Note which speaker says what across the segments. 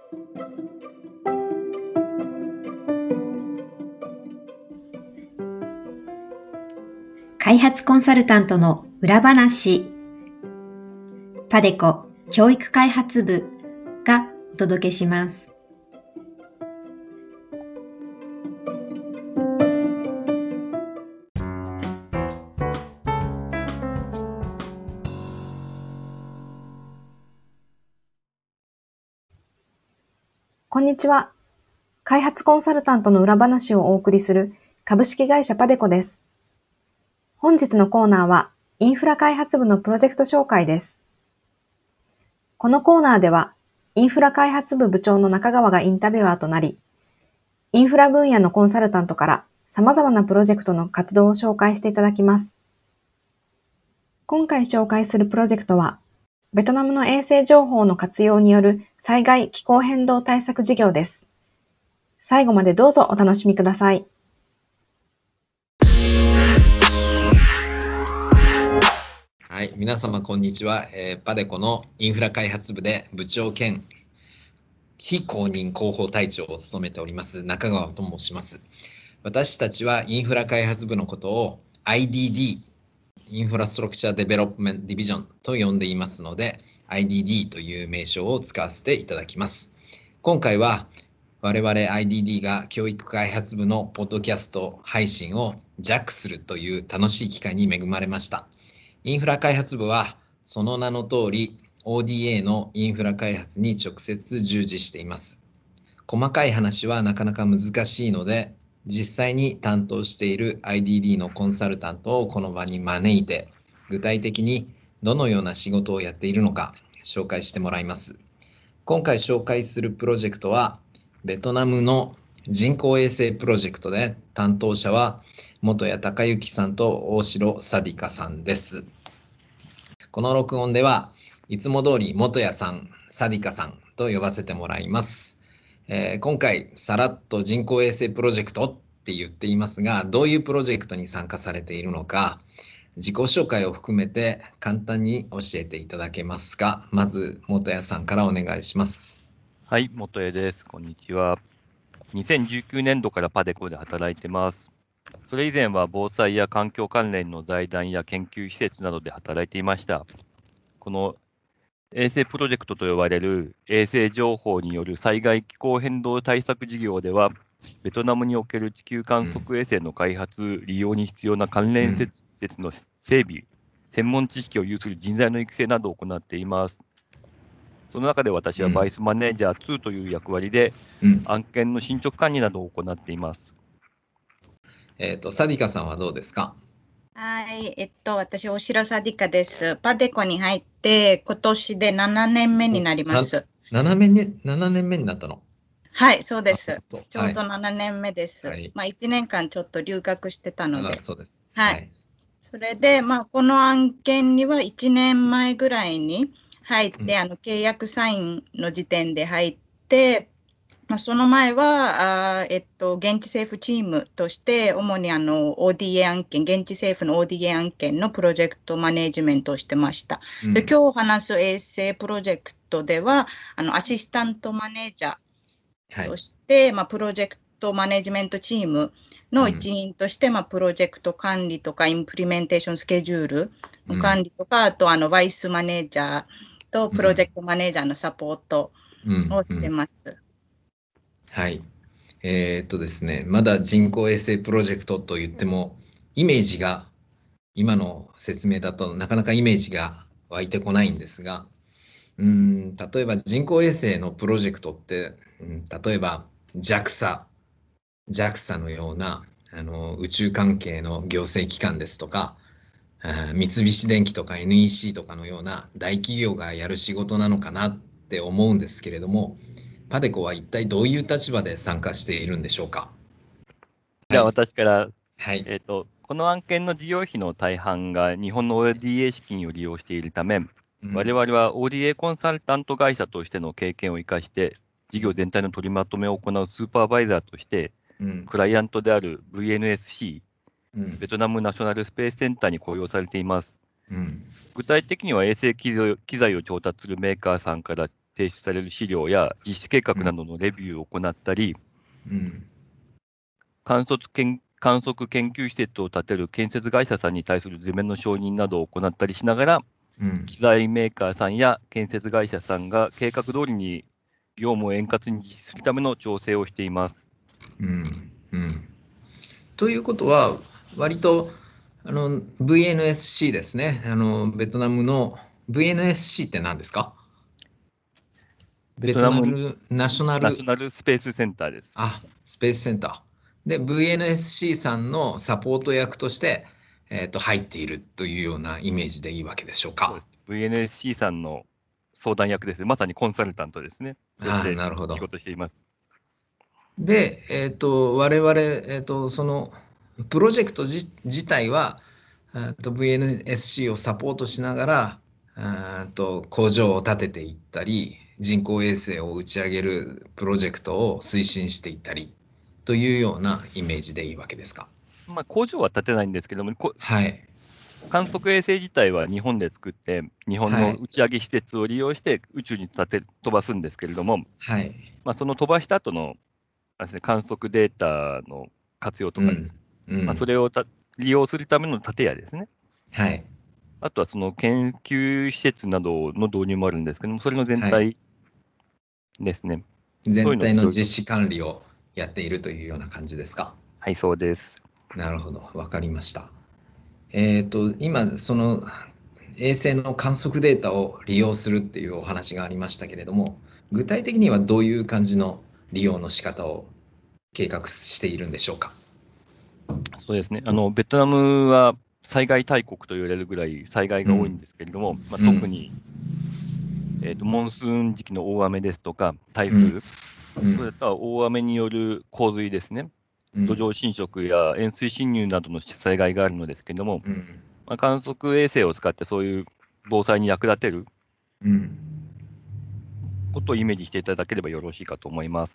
Speaker 1: 開発コンサルタントの裏話、パデコ教育開発部がお届けします。
Speaker 2: こんにちは。開発コンサルタントの裏話をお送りする株式会社パデコです。本日のコーナーはインフラ開発部のプロジェクト紹介です。このコーナーではインフラ開発部部長の中川がインタビュアーとなり、インフラ分野のコンサルタントから様々なプロジェクトの活動を紹介していただきます。今回紹介するプロジェクトは、ベトナムの衛星情報の活用による災害気候変動対策事業です。最後までどうぞお楽しみください。
Speaker 3: はい、皆様こんにちは。パデコのインフラ開発部で部長兼非公認広報隊長を務めております中川と申します。私たちはインフラ開発部のことを IDD、インフラストラクチャーデベロップメントディビジョンと呼んでいますので、IDD という名称を使わせていただきます。今回は我々 IDD が教育開発部のポッドキャスト配信をジャックするという楽しい機会に恵まれました。インフラ開発部はその名の通り ODA のインフラ開発に直接従事しています。細かい話はなかなか難しいので、実際に担当している IDD のコンサルタントをこの場に招いて、具体的にどのような仕事をやっているのか紹介してもらいます。今回紹介するプロジェクトは、ベトナムの人工衛星プロジェクトで、担当者は元谷隆之さんと大城サディカさんです。この録音ではいつも通り元谷さん、サディカさんと呼ばせてもらいます。今回さらっと人工衛星プロジェクトって言っていますが、どういうプロジェクトに参加されているのか、自己紹介を含めて簡単に教えていただけますか。まず元谷さんからお願いします。
Speaker 4: はい、元谷です。こんにちは。2019年度からパデコで働いてます。それ以前は防災や環境関連の財団や研究施設などで働いていました。この衛星プロジェクトと呼ばれる衛星情報による災害気候変動対策事業では、ベトナムにおける地球観測衛星の開発、利用に必要な関連施設の整備、専門知識を有する人材の育成などを行っています。その中で私はバイスマネージャー2という役割で、案件の進捗管理などを行っています。
Speaker 3: サディカさんはどうですか？
Speaker 5: はい、私、大城サディカです。パデコに入って、今年で7年目になります。
Speaker 3: 7年目になったの？
Speaker 5: はい、そうです。ちょうど7年目です。
Speaker 3: はい、
Speaker 5: 1年間ちょっと留学してたので。
Speaker 3: そうです。
Speaker 5: はい。それで、この案件には1年前ぐらいに入って、契約サインの時点で入って、その前は、現地政府チームとして、主にODA 案件、現地政府の ODA 案件のプロジェクトマネジメントをしてました。で、今日話す衛星プロジェクトでは、アシスタントマネージャーとして、プロジェクトマネジメントチームの一員として、プロジェクト管理とか、インプリメンテーションスケジュールの管理とか、あと、バイスマネージャーとプロジェクトマネージャーのサポートをしてます。
Speaker 3: はい。ですね、まだ人工衛星プロジェクトと言っても、イメージが、今の説明だとなかなかイメージが湧いてこないんですが、例えば人工衛星のプロジェクトって、例えば JAXA のような宇宙関係の行政機関ですとか、三菱電機とか NEC とかのような大企業がやる仕事なのかなって思うんですけれども、パデコは一体どういう立場で参加しているんでしょうか？
Speaker 4: では私から、
Speaker 3: はい、
Speaker 4: この案件の事業費の大半が日本の ODA 資金を利用しているため、我々は ODA コンサルタント会社としての経験を生かして、事業全体の取りまとめを行うスーパーバイザーとして、クライアントである VNSC、ベトナムナショナルスペースセンターに雇用されています。具体的には衛星機材を調達するメーカーさんから提出される資料や実施計画などのレビューを行ったり、観測研究施設を建てる建設会社さんに対する図面の承認などを行ったりしながら、機材メーカーさんや建設会社さんが計画通りに業務を円滑に実施するための調整をしています。
Speaker 3: ということは、割とVNSC ですね、ベトナムの VNSC って何ですか？
Speaker 4: ベトナム
Speaker 3: ナショナル
Speaker 4: スペースセンターです。
Speaker 3: スペースセンター。で、VNSC さんのサポート役として、入っているというようなイメージでいいわけでしょうか。
Speaker 4: VNSC さんの相談役ですね。まさにコンサルタントですね。
Speaker 3: なるほど。
Speaker 4: 仕事しています。
Speaker 3: で、我々、そのプロジェクト自体はVNSC をサポートしながら工場を建てていったり、人工衛星を打ち上げるプロジェクトを推進していったりというようなイメージでいいわけですか。
Speaker 4: 工場は建てないんですけども、観測衛星自体は日本で作って、日本の打ち上げ施設を利用して宇宙に飛ばすんですけれども、その飛ばした後の観測データの活用とかです、それを利用するための建屋ですね。あとはその研究施設などの導入もあるんですけども、それの全体ですね。
Speaker 3: 全体の実施管理をやっているというような感じですか。
Speaker 4: はい、そうです。
Speaker 3: なるほど、わかりました。今、その衛星の観測データを利用するっていうお話がありましたけれども、具体的にはどういう感じの利用の仕方を計画しているんでしょうか。
Speaker 4: そうですね。ベトナムは災害大国と言われるぐらい災害が多いんですけれども、特に、モンスーン時期の大雨ですとか、台風、それと大雨による洪水ですね、土壌侵食や塩水侵入などの災害があるのですけれども、観測衛星を使ってそういう防災に役立てることをイメージしていただければよろしいかと思います。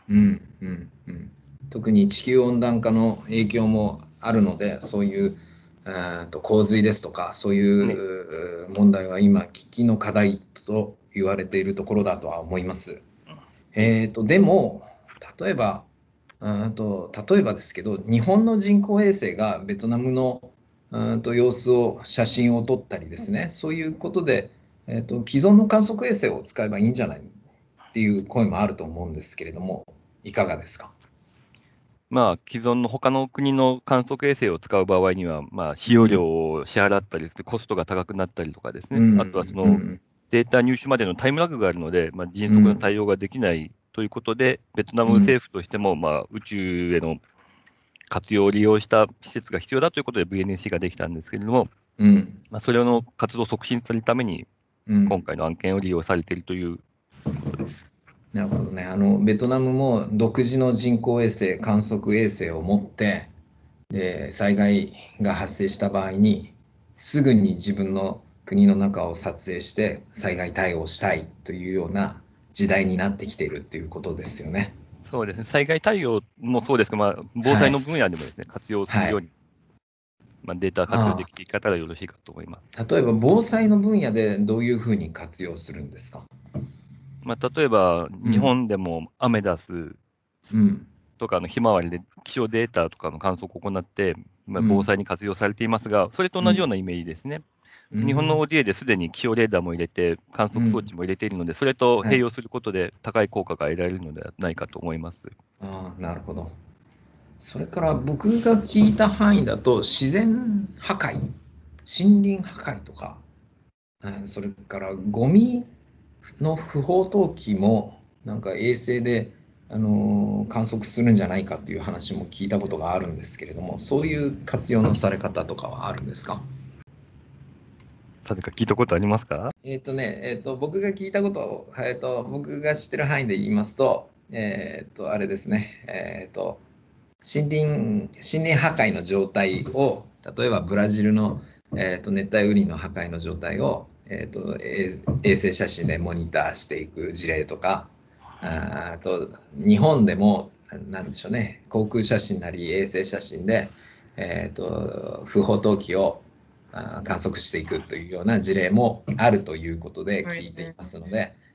Speaker 3: 特に地球温暖化の影響もあるので、そういう洪水ですとか、そういう問題は今、喫緊の課題と言われているところだとは思います。でも、例えばですけど、日本の人工衛星がベトナムの様子を写真を撮ったりですね、そういうことで、既存の観測衛星を使えばいいんじゃないっていう声もあると思うんですけれども、いかがですか。
Speaker 4: 既存の他の国の観測衛星を使う場合には、使用料を支払ったりして、コストが高くなったりとかですね、あとはそのデータ入手までのタイムラグがあるので、迅速な対応ができないということで、ベトナム政府としても、宇宙への活用を利用した施設が必要だということで VNSC ができたんですけれども、それの活動を促進するために、今回の案件を利用されているということです。
Speaker 3: なるほどね。ベトナムも独自の人工衛星、観測衛星を持って、で災害が発生した場合に、すぐに自分の国の中を撮影して災害対応したいというような時代になってきているということですよね。
Speaker 4: そうですね。災害対応もそうですが、防災の分野でもですね、活用するように、データ活用できていけたらよろしいかと思います。
Speaker 3: 例えば防災の分野でどういうふうに活用するんですか。
Speaker 4: 例えば日本でもアメダスとかのひまわりで気象データとかの観測を行って、防災に活用されていますが、それと同じようなイメージですね。日本の ODA ですでに気象レーダーも入れて、観測装置も入れているので、それと併用することで高い効果が得られるのではないかと思います。
Speaker 3: なるほど。それから僕が聞いた範囲だと、自然破壊、森林破壊とか、それからゴミの不法投棄もなんか衛星で観測するんじゃないかっていう話も聞いたことがあるんですけれども、そういう活用のされ方とかはあるんですか。
Speaker 4: 何か聞いたことありますか。
Speaker 3: 僕が聞いたことを、僕が知ってる範囲で言いますと、あれですね、森林破壊の状態を、例えばブラジルの、熱帯雨林の破壊の状態を、衛星写真でモニターしていく事例とか、あと日本でも何でしょうね、航空写真なり衛星写真で、不法投棄を観測していくというような事例もあるということで聞いていますので、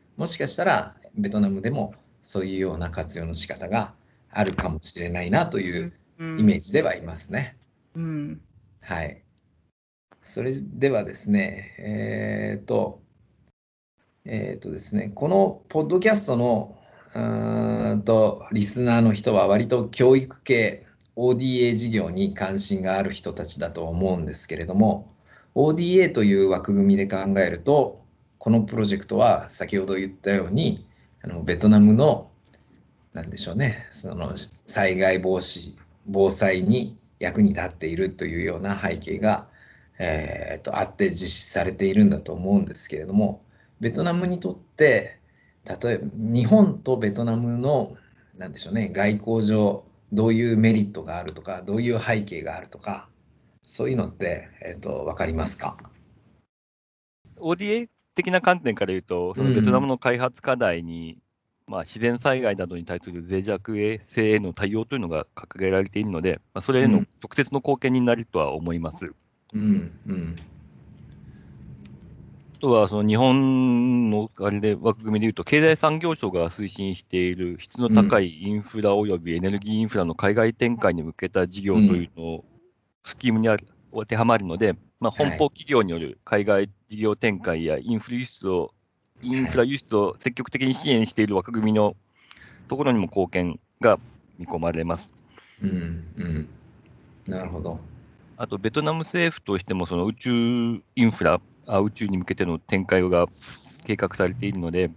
Speaker 3: もしかしたらベトナムでもそういうような活用の仕方があるかもしれないなというイメージではいますね。はい。それではですね、ですね、このポッドキャストのリスナーの人は割と教育系 ODA 事業に関心がある人たちだと思うんですけれども、ODA という枠組みで考えると、このプロジェクトは先ほど言ったようにベトナムのなんでしょうね、その災害防止防災に役に立っているというような背景が、あって実施されているんだと思うんですけれども、ベトナムにとって例えば日本とベトナムのなんでしょうね、外交上どういうメリットがあるとか、どういう背景があるとか、そういうのって、分かりますか？
Speaker 4: ODA 的な観点から言うと、そのベトナムの開発課題に、自然災害などに対する脆弱性への対応というのが掲げられているので、それへの直接の貢献になるとは思います。あとはその日本のあれで枠組みでいうと、経済産業省が推進している質の高いインフラおよびエネルギーインフラの海外展開に向けた事業というのをスキームに当てはまるので、本邦企業による海外事業展開やインフラ輸出を積極的に支援している枠組みのところにも貢献が見込まれます。
Speaker 3: なるほど。
Speaker 4: あと、ベトナム政府としてもその宇宙インフラ、宇宙に向けての展開が計画されているので、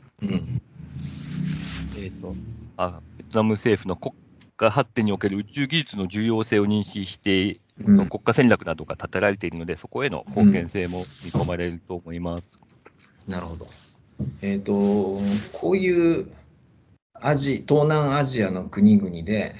Speaker 4: ベトナム政府の国家発展における宇宙技術の重要性を認識して、国家戦略などが立てられているので、そこへの貢献性も見込まれると思います。
Speaker 3: なるほど。こういう東南アジアの国々で、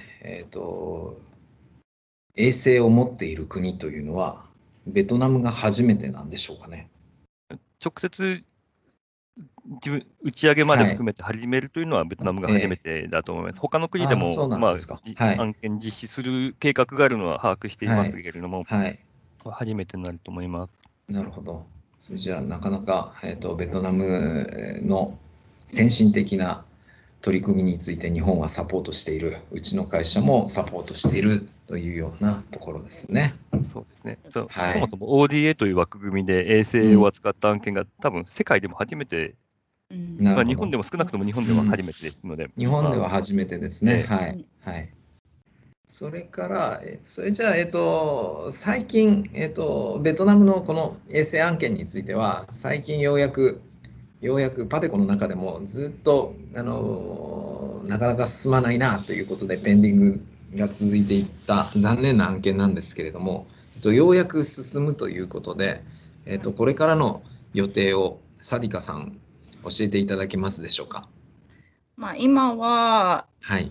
Speaker 3: 衛星を持っている国というのは、ベトナムが初めてなんでしょうかね。
Speaker 4: 直接打ち上げまで含めて始めるというのはベトナムが初めてだと思います。他の国でも案件実施する計画があるのは把握していますけれども、初めてになると思います。
Speaker 3: なるほど。じゃあなかなか、ベトナムの先進的な取り組みについて日本はサポートしている、うちの会社もサポートしているというようなところですね。
Speaker 4: そうですね。そもそも ODA という枠組みで衛星を扱った案件が多分世界でも初めて、日本でも少なくとも日本では初めてですので。
Speaker 3: 日本では初めてですね。それから、じゃあ、最近、ベトナムのこの衛星案件については、最近ようやくパテコの中でもずっと、なかなか進まないなということでペンディングが続いていった残念な案件なんですけれども、ようやく進むということで、これからの予定をサディカさん教えていただけますでしょうか。
Speaker 5: 今は、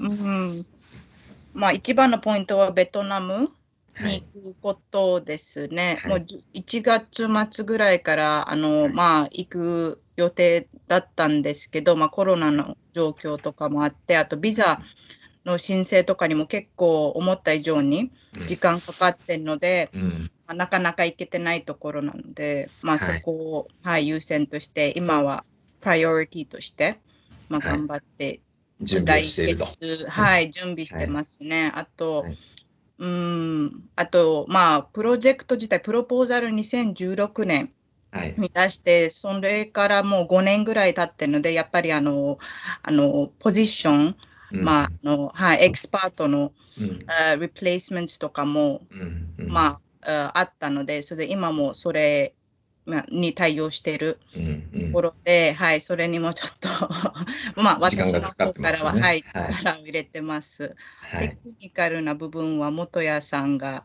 Speaker 5: 一番のポイントはベトナムに行くことですね。もう1月末ぐらいから行く予定だったんですけど、コロナの状況とかもあって、あとビザの申請とかにも結構思った以上に時間かかってるので、なかなか行けてないところなので、そこを、優先として今はプライオリティとして、頑張って
Speaker 3: 準備をしていると。
Speaker 5: 準備してますね。あと、プロジェクト自体、プロポーザル2016年に出して、それからもう5年ぐらい経ってるので、やっぱりポジション、エキスパートの、リプレイスメントとかも、あったので、それで今もそれに対応しているところで、それにもちょっと私の方からは、力を入れてます。テクニカルな部分は元谷さんが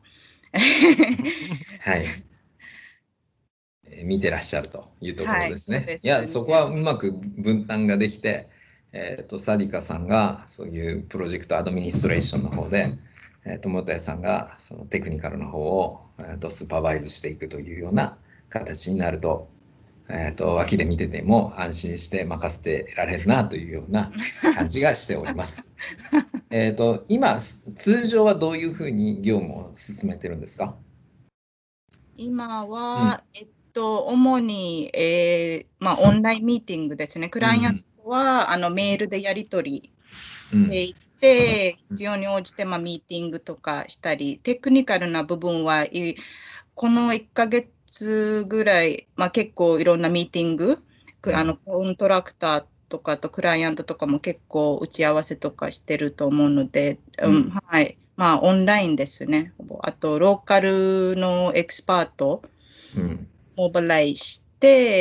Speaker 3: 見てらっしゃるというところですね。いや、そこはうまく分担ができて、サディカさんがそういうプロジェクトアドミニストレーションの方で、元谷さんがそのテクニカルの方を、スーパーバイズしていくというような形になると、脇で見てても安心して任せてられるなというような感じがしております。今、通常はどういうふうに業務を進めてるんですか？
Speaker 5: 今は、主に、オンラインミーティングですね。クライアンはメールでやり取りしていて、必要に応じてミーティングとかしたり、テクニカルな部分はこの1ヶ月ぐらい、結構いろんなミーティング、コントラクターとかとクライアントとかも結構打ち合わせとかしてると思うので、はい。オンラインですね。あと、ローカルのエキスパート、モバライして、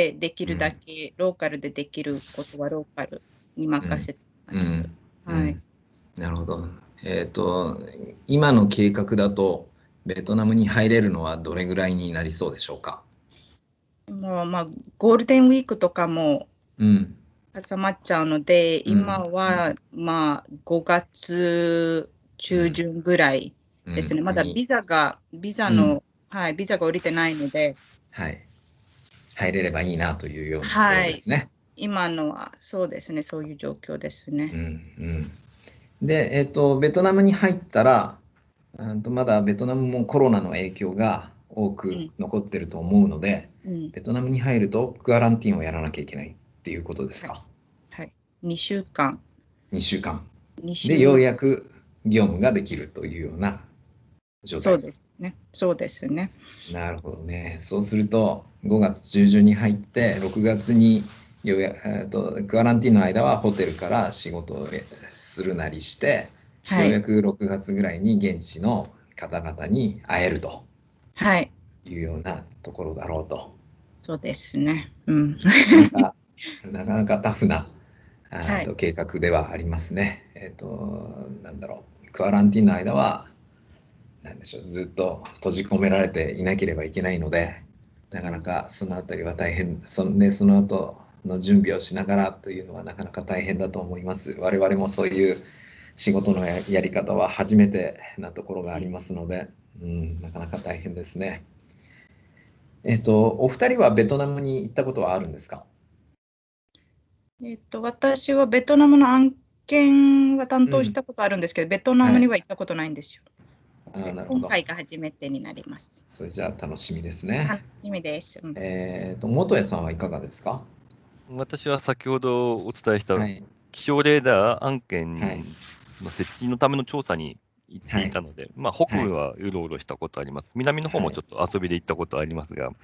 Speaker 5: できるだけ、ローカルでできることはローカルに任せてます。はい。
Speaker 3: なるほど。今の計画だと、ベトナムに入れるのはどれぐらいになりそうでしょうか？
Speaker 5: もうゴールデンウィークとかも挟まっちゃうので、今は5月中旬ぐらいですね。まだビザが降りてないので、
Speaker 3: はい、入れればいいなというようなところですね。
Speaker 5: 今のはそうですね、そういう状況ですね。
Speaker 3: で、ベトナムに入ったら、まだベトナムもコロナの影響が多く残ってると思うので、ベトナムに入るとクアランティーンをやらなきゃいけないっていうことですか？
Speaker 5: はい、2週間。
Speaker 3: 2週間。で、ようやく業務ができるというような状態。
Speaker 5: そうですね。そうですね。
Speaker 3: なるほどね。そうすると、5月中旬に入って、6月にクアランティーンの間はホテルから仕事をするなりして、ようやく6月ぐらいに現地の方々に会えるというようなところだろうと。
Speaker 5: そうですね。
Speaker 3: なかなかタフな計画ではありますね。クアランティーンの間はずっと閉じ込められていなければいけないので、なかなかそのあたりは大変、その後の準備をしながらというのはなかなか大変だと思います。我々もそういう仕事のやり方は初めてなところがありますので、なかなか大変ですね。お二人はベトナムに行ったことはあるんですか？
Speaker 5: 私はベトナムの案件は担当したことあるんですけど、ベトナムには行ったことないんですよ。今回が初めてになります。
Speaker 3: それじゃあ楽しみですね。
Speaker 5: 楽しみです。
Speaker 3: 元谷さんはいかがですか？
Speaker 4: 私は先ほどお伝えした気象レーダー案件の設置のための調査に行っていたので、北部はうろうろしたことあります。南の方もちょっと遊びで行ったことありますが。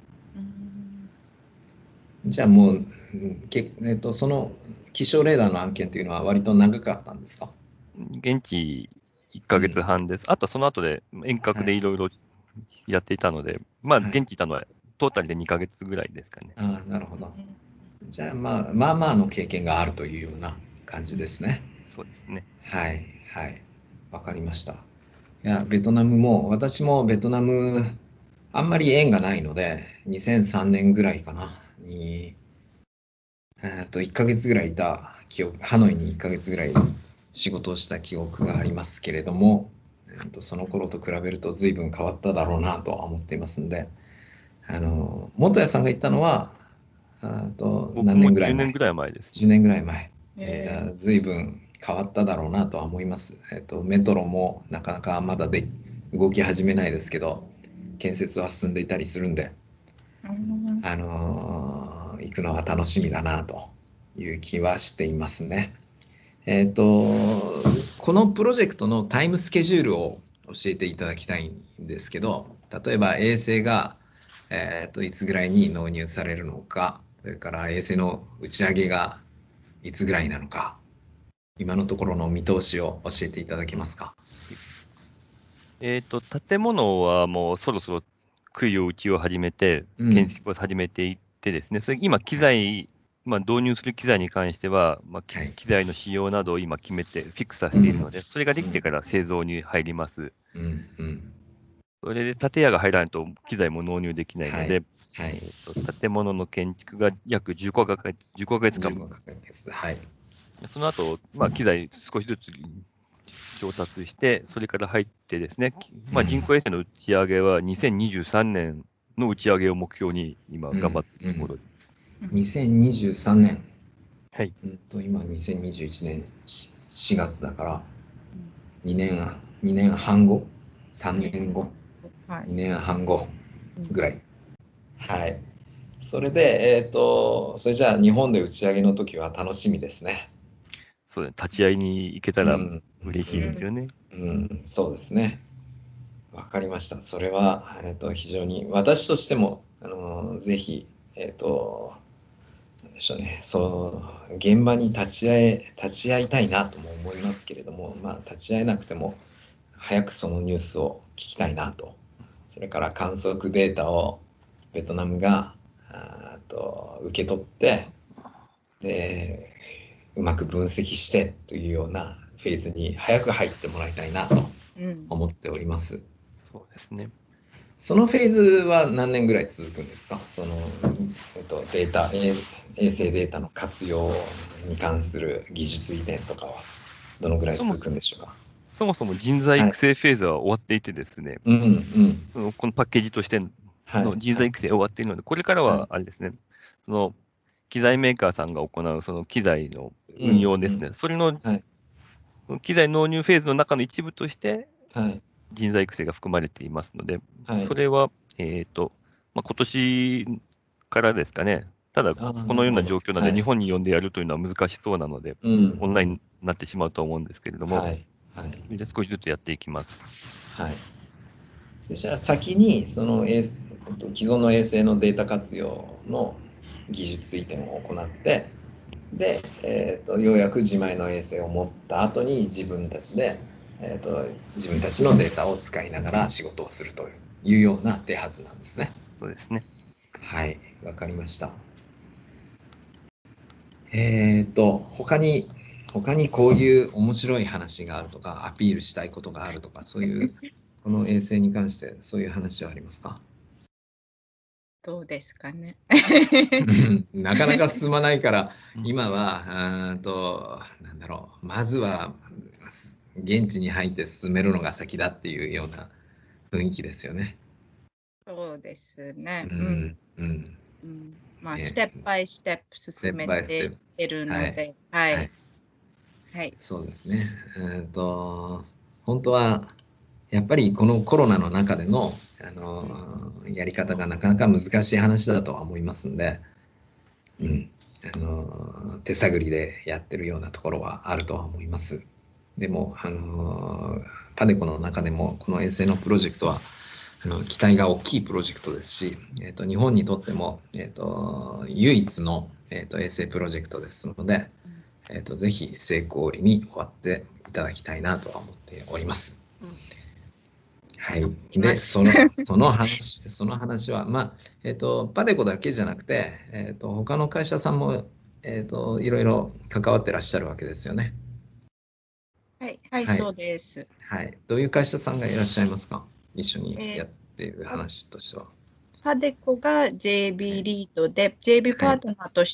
Speaker 3: じゃあもう、その気象レーダーの案件というのは割と長かったんですか？
Speaker 4: 現地1ヶ月半です。あとその後で遠隔でいろいろやっていたので、現地いたのはトータルで2ヶ月ぐらいですかね。
Speaker 3: なるほど。じゃあまあの経験があるというような感じですね。
Speaker 4: そうですね。
Speaker 3: はい、わかりました。いや、ベトナムも、私もベトナム、あんまり縁がないので、2003年ぐらいかな、に、1ヶ月ぐらいいた記憶、ハノイに1ヶ月ぐらい仕事をした記憶がありますけれども、その頃と比べると随分変わっただろうなとは思っていますので、元谷さんが言ったのは、何年ぐらい前？
Speaker 4: 10年ぐらい前です。
Speaker 3: 10年ぐらい前。じゃあ、随分変わっただろうなとは思います。メトロもなかなかまだ動き始めないですけど、建設は進んでいたりするんで、行くのは楽しみだなという気はしていますね。このプロジェクトのタイムスケジュールを教えていただきたいんですけど、例えば衛星が、いつぐらいに納入されるのか、それから衛星の打ち上げがいつぐらいなのか、今のところの見通しを教えていただけますか？
Speaker 4: 建物はもうそろそろ杭を打ちを始めて、建設を始めていってですね、それ今、機材、導入する機材に関しては、機材の仕様などを今決めて、フィックスさせているので、それができてから製造に入ります。それで建屋が入らないと機材も納入できないので、建物の建築が約15ヶ月間。その後、機材少しずつ調達して、それから入ってですね、人工衛星の打ち上げは2023年の打ち上げを目標に今頑張っているところです。
Speaker 3: 2023年。
Speaker 4: はい。
Speaker 3: 今2021年4月だから、2年半後、3年後、2年半後ぐらい。はい。 それで、それじゃあ日本で打ち上げの時は楽しみですね。
Speaker 4: そうね、立ち会いに行けたら
Speaker 3: うん、
Speaker 4: 嬉しいですよね。
Speaker 3: そうですね。わかりました。それは、非常に私としても、ぜひ、なんでしょうね、現場に立ち会いたいなとも思いますけれども、まあ、立ち会えなくても、早くそのニュースを聞きたいなと。それから観測データをベトナムが受け取って、で、うまく分析してというようなフェーズに早く入ってもらいたいなと思っております。
Speaker 4: そうですね。
Speaker 3: そのフェーズは何年ぐらい続くんですか？データ、衛星データの活用に関する技術移転とかはどのぐらい続くんでしょうか？
Speaker 4: そもそも人材育成フェーズは終わっていてですね、このパッケージとしての人材育成終わっているので、これからはあれですね、その機材メーカーさんが行うその機材の運用ですね、それの機材納入フェーズの中の一部として、人材育成が含まれていますので、それは、今年からですかね、ただ、このような状況なので、日本に呼んでやるというのは難しそうなので、オンラインになってしまうと思うんですけれども、少しずつやっていきます。
Speaker 3: そしたら先にその既存の衛星のデータ活用の技術移転を行って、で、ようやく自前の衛星を持った後に自分たちで、自分たちのデータを使いながら仕事をするというような手はずなんですね。
Speaker 4: そうですね。
Speaker 3: はい、わかりました。他にこういう面白い話があるとか、アピールしたいことがあるとか、そういうこの衛星に関してそういう話はありますか？
Speaker 5: どうですかね。
Speaker 3: なかなか進まないから、今はなんだろう、まずは現地に入って進めるのが先だっていうような雰囲気ですよね。
Speaker 5: そうですね。まあ、ステップバイステップ進めているので、
Speaker 3: そうですね。本当はやっぱりこのコロナの中でのやり方がなかなか難しい話だとは思いますんで、手探りでやってるようなところはあるとは思います。でもパデコの中でもこの衛星のプロジェクトは期待が大きいプロジェクトですし、日本にとっても、唯一の、衛星プロジェクトですので、ぜひ成功に終わっていただきたいなとは思っております。はい。で、その話は、まあ、パデコだけじゃなくて、他の会社さんも、いろいろ関わってらっしゃるわけですよね。
Speaker 5: はい、そうです。
Speaker 3: はい。どういう会社さんがいらっしゃいますか？一緒にやっている話としては。
Speaker 5: パデコが JB リードで、JB パートナーとして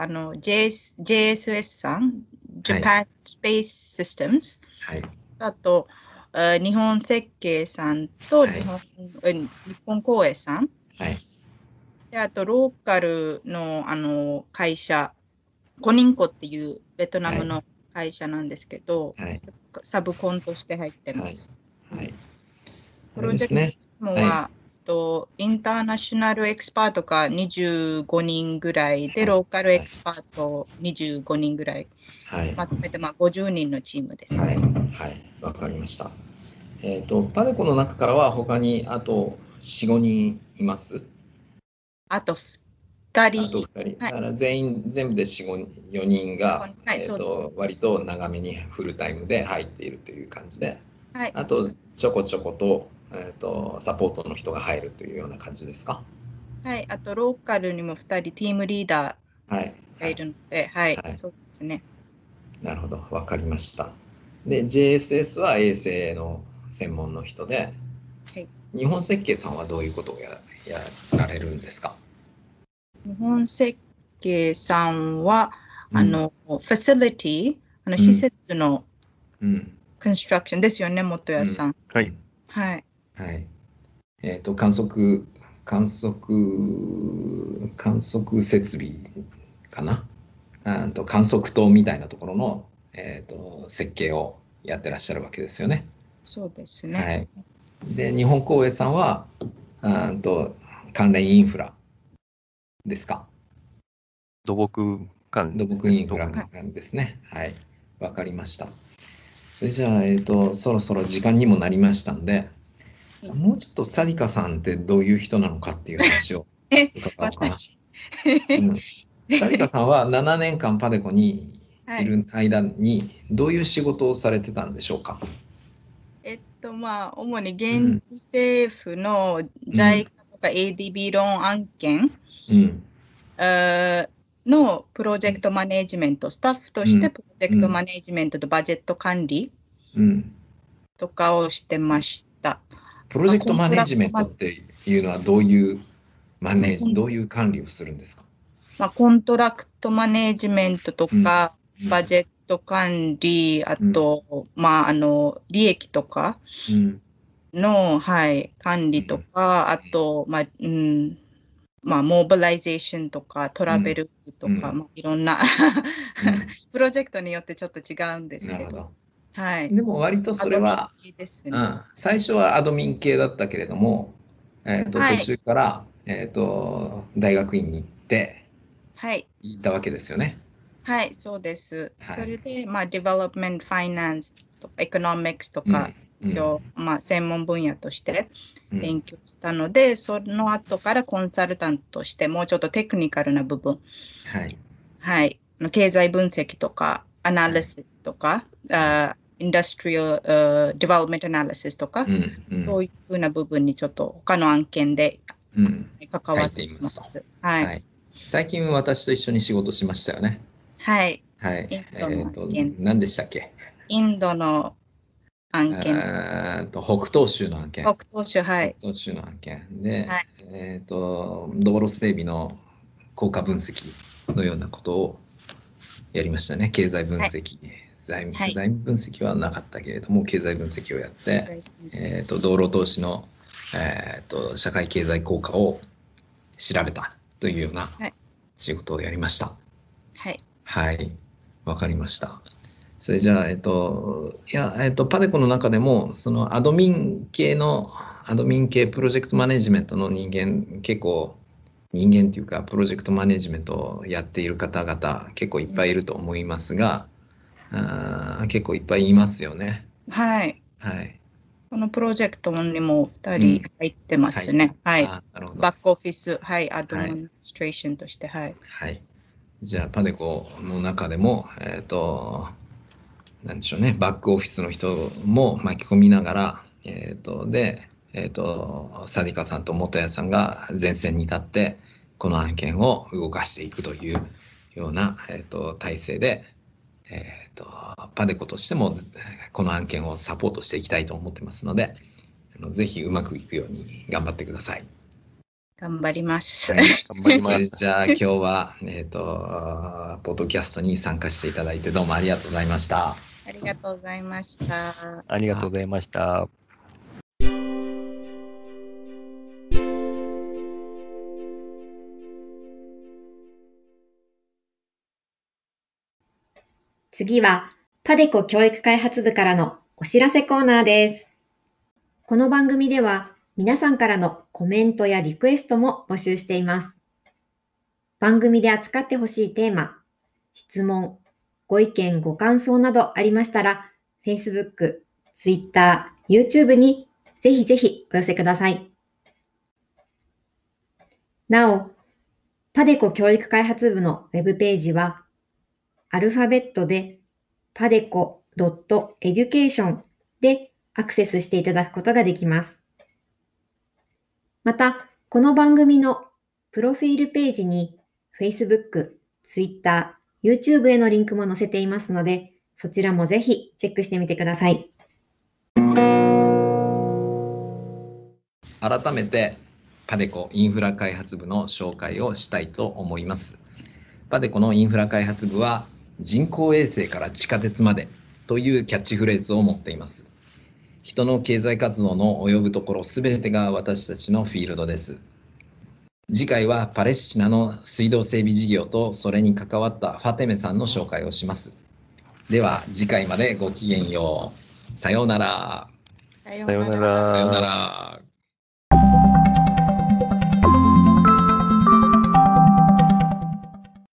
Speaker 5: 、JSS さん、Japan Space Systems、あと、日本設計さんと日本工営さん、であとローカルの、会社、コニンコっていうベトナムの会社なんですけど、サブコンとして入ってます。プロジェクトは、インターナショナルエキスパートが25人ぐらいで、ローカルエキスパート25人ぐらい、まとめて50人のチームです。
Speaker 3: わかりました。パデコの中からは他にあと4、5人います？
Speaker 5: あと2人。
Speaker 3: だから全部で4人が、割と長めにフルタイムで入っているという感じで、あとちょこちょこと、サポートの人が入るというような感じですか？
Speaker 5: あとローカルにも2人ティームリーダーがいるので、そうですね。
Speaker 3: なるほど、わかりました。で、JSS は衛星の専門の人で、日本設計さんはどういうことをやられるんですか？
Speaker 5: 日本設計さんは、ファシリティ、施設のコンストラクションですよね、元谷さん。観測設備かな、観測塔みたいなところの、設計をやってらっしゃるわけですよね。そうですね。で、日本工営さんは関連インフラ
Speaker 3: ですか？
Speaker 4: 土木関連
Speaker 3: 土木インフラですね。はい。わかりました。それじゃあ、そろそろ時間にもなりましたんで、もうちょっとサディカさんってどういう人なのかっていう話を伺おうかな。
Speaker 5: 私。
Speaker 3: サディカさんは7年間パデコにいる間にどういう仕事をされてたんでしょうか？
Speaker 5: 主に現地政府の JICA とか ADB ローン案件のプロジェクトマネジメント、スタッフとしてプロジェクトマネジメントとバジェット管理とかをしてました。
Speaker 3: プロジェクトマネジメントっていうのはどういうどういう管理をするんですか？
Speaker 5: コントラクトマネジメントとか、バジェット管理、あと、利益とかの、管理とか、あと、モービライゼーションとか、トラベルとか、いろんなプロジェクトによってちょっと違うんですけど。
Speaker 3: でも割とそれは、最初はアドミン系だったけれども、途中から、大学院に行って行ったわけですよね。
Speaker 5: はい、そうです。それで、デベロップメント、ファイナンスとか、エコノミクスとか、専門分野として勉強したので、その後からコンサルタントとして、もうちょっとテクニカルな部分、経済分析とか、アナリシスとか、インダストリアルデベロップメントアナリシスとか、そういうふうな部分にちょっと他の案件で関わっています。
Speaker 3: 最近私と一緒に仕事しましたよね。
Speaker 5: はい。
Speaker 3: 何でしたっけ？
Speaker 5: インドの案件。
Speaker 3: 北東州の案件。
Speaker 5: 北東州
Speaker 3: の案件で、道路整備の効果分析のようなことをやりましたね。経済分析、財務分析はなかったけれども、経済分析をやって、道路投資の、社会経済効果を調べたというような仕事をやりました。はい、わかりました。それじゃあ、パデコの中でも、そのアドミン系プロジェクトマネジメントの結構、人間っていうか、プロジェクトマネジメントをやっている方々、結構いっぱいいると思いますが、結構いっぱいいますよね。このプロジェクトにも2人入ってますね。バックオフィス、アドミニストレーションとして。 じゃあ、パデコの中でも、なんでしょうね、バックオフィスの人も巻き込みながら、サディカさんと元谷さんが前線に立って、この案件を動かしていくというような、体制で、パデコとしてもこの案件をサポートしていきたいと思ってますので、ぜひうまくいくように頑張ってください。
Speaker 5: 頑張ります。
Speaker 3: じゃあ今日は、ポッドキャストに参加していただいてどうもありがとうございました。
Speaker 5: ありがとうございました。
Speaker 4: ありがとうございました。
Speaker 1: 次は、パデコ教育開発部からのお知らせコーナーです。この番組では、皆さんからのコメントやリクエストも募集しています。番組で扱ってほしいテーマ、質問、ご意見、ご感想などありましたら、Facebook、Twitter、YouTube にぜひぜひお寄せください。なお、パデコ教育開発部のウェブページは、アルファベットで padeco.education でアクセスしていただくことができます。また、この番組のプロフィールページに Facebook、Twitter、YouTube へのリンクも載せていますので、そちらもぜひチェックしてみてください。
Speaker 3: 改めて、パデコインフラ開発部の紹介をしたいと思います。パデコのインフラ開発部は、人工衛星から地下鉄までというキャッチフレーズを持っています。人の経済活動の及ぶところすべてが私たちのフィールドです。次回はパレスチナの水道整備事業とそれに関わったファテメさんの紹介をします。では次回までごきげんよう。さようなら。
Speaker 4: さようなら。
Speaker 3: さようなら。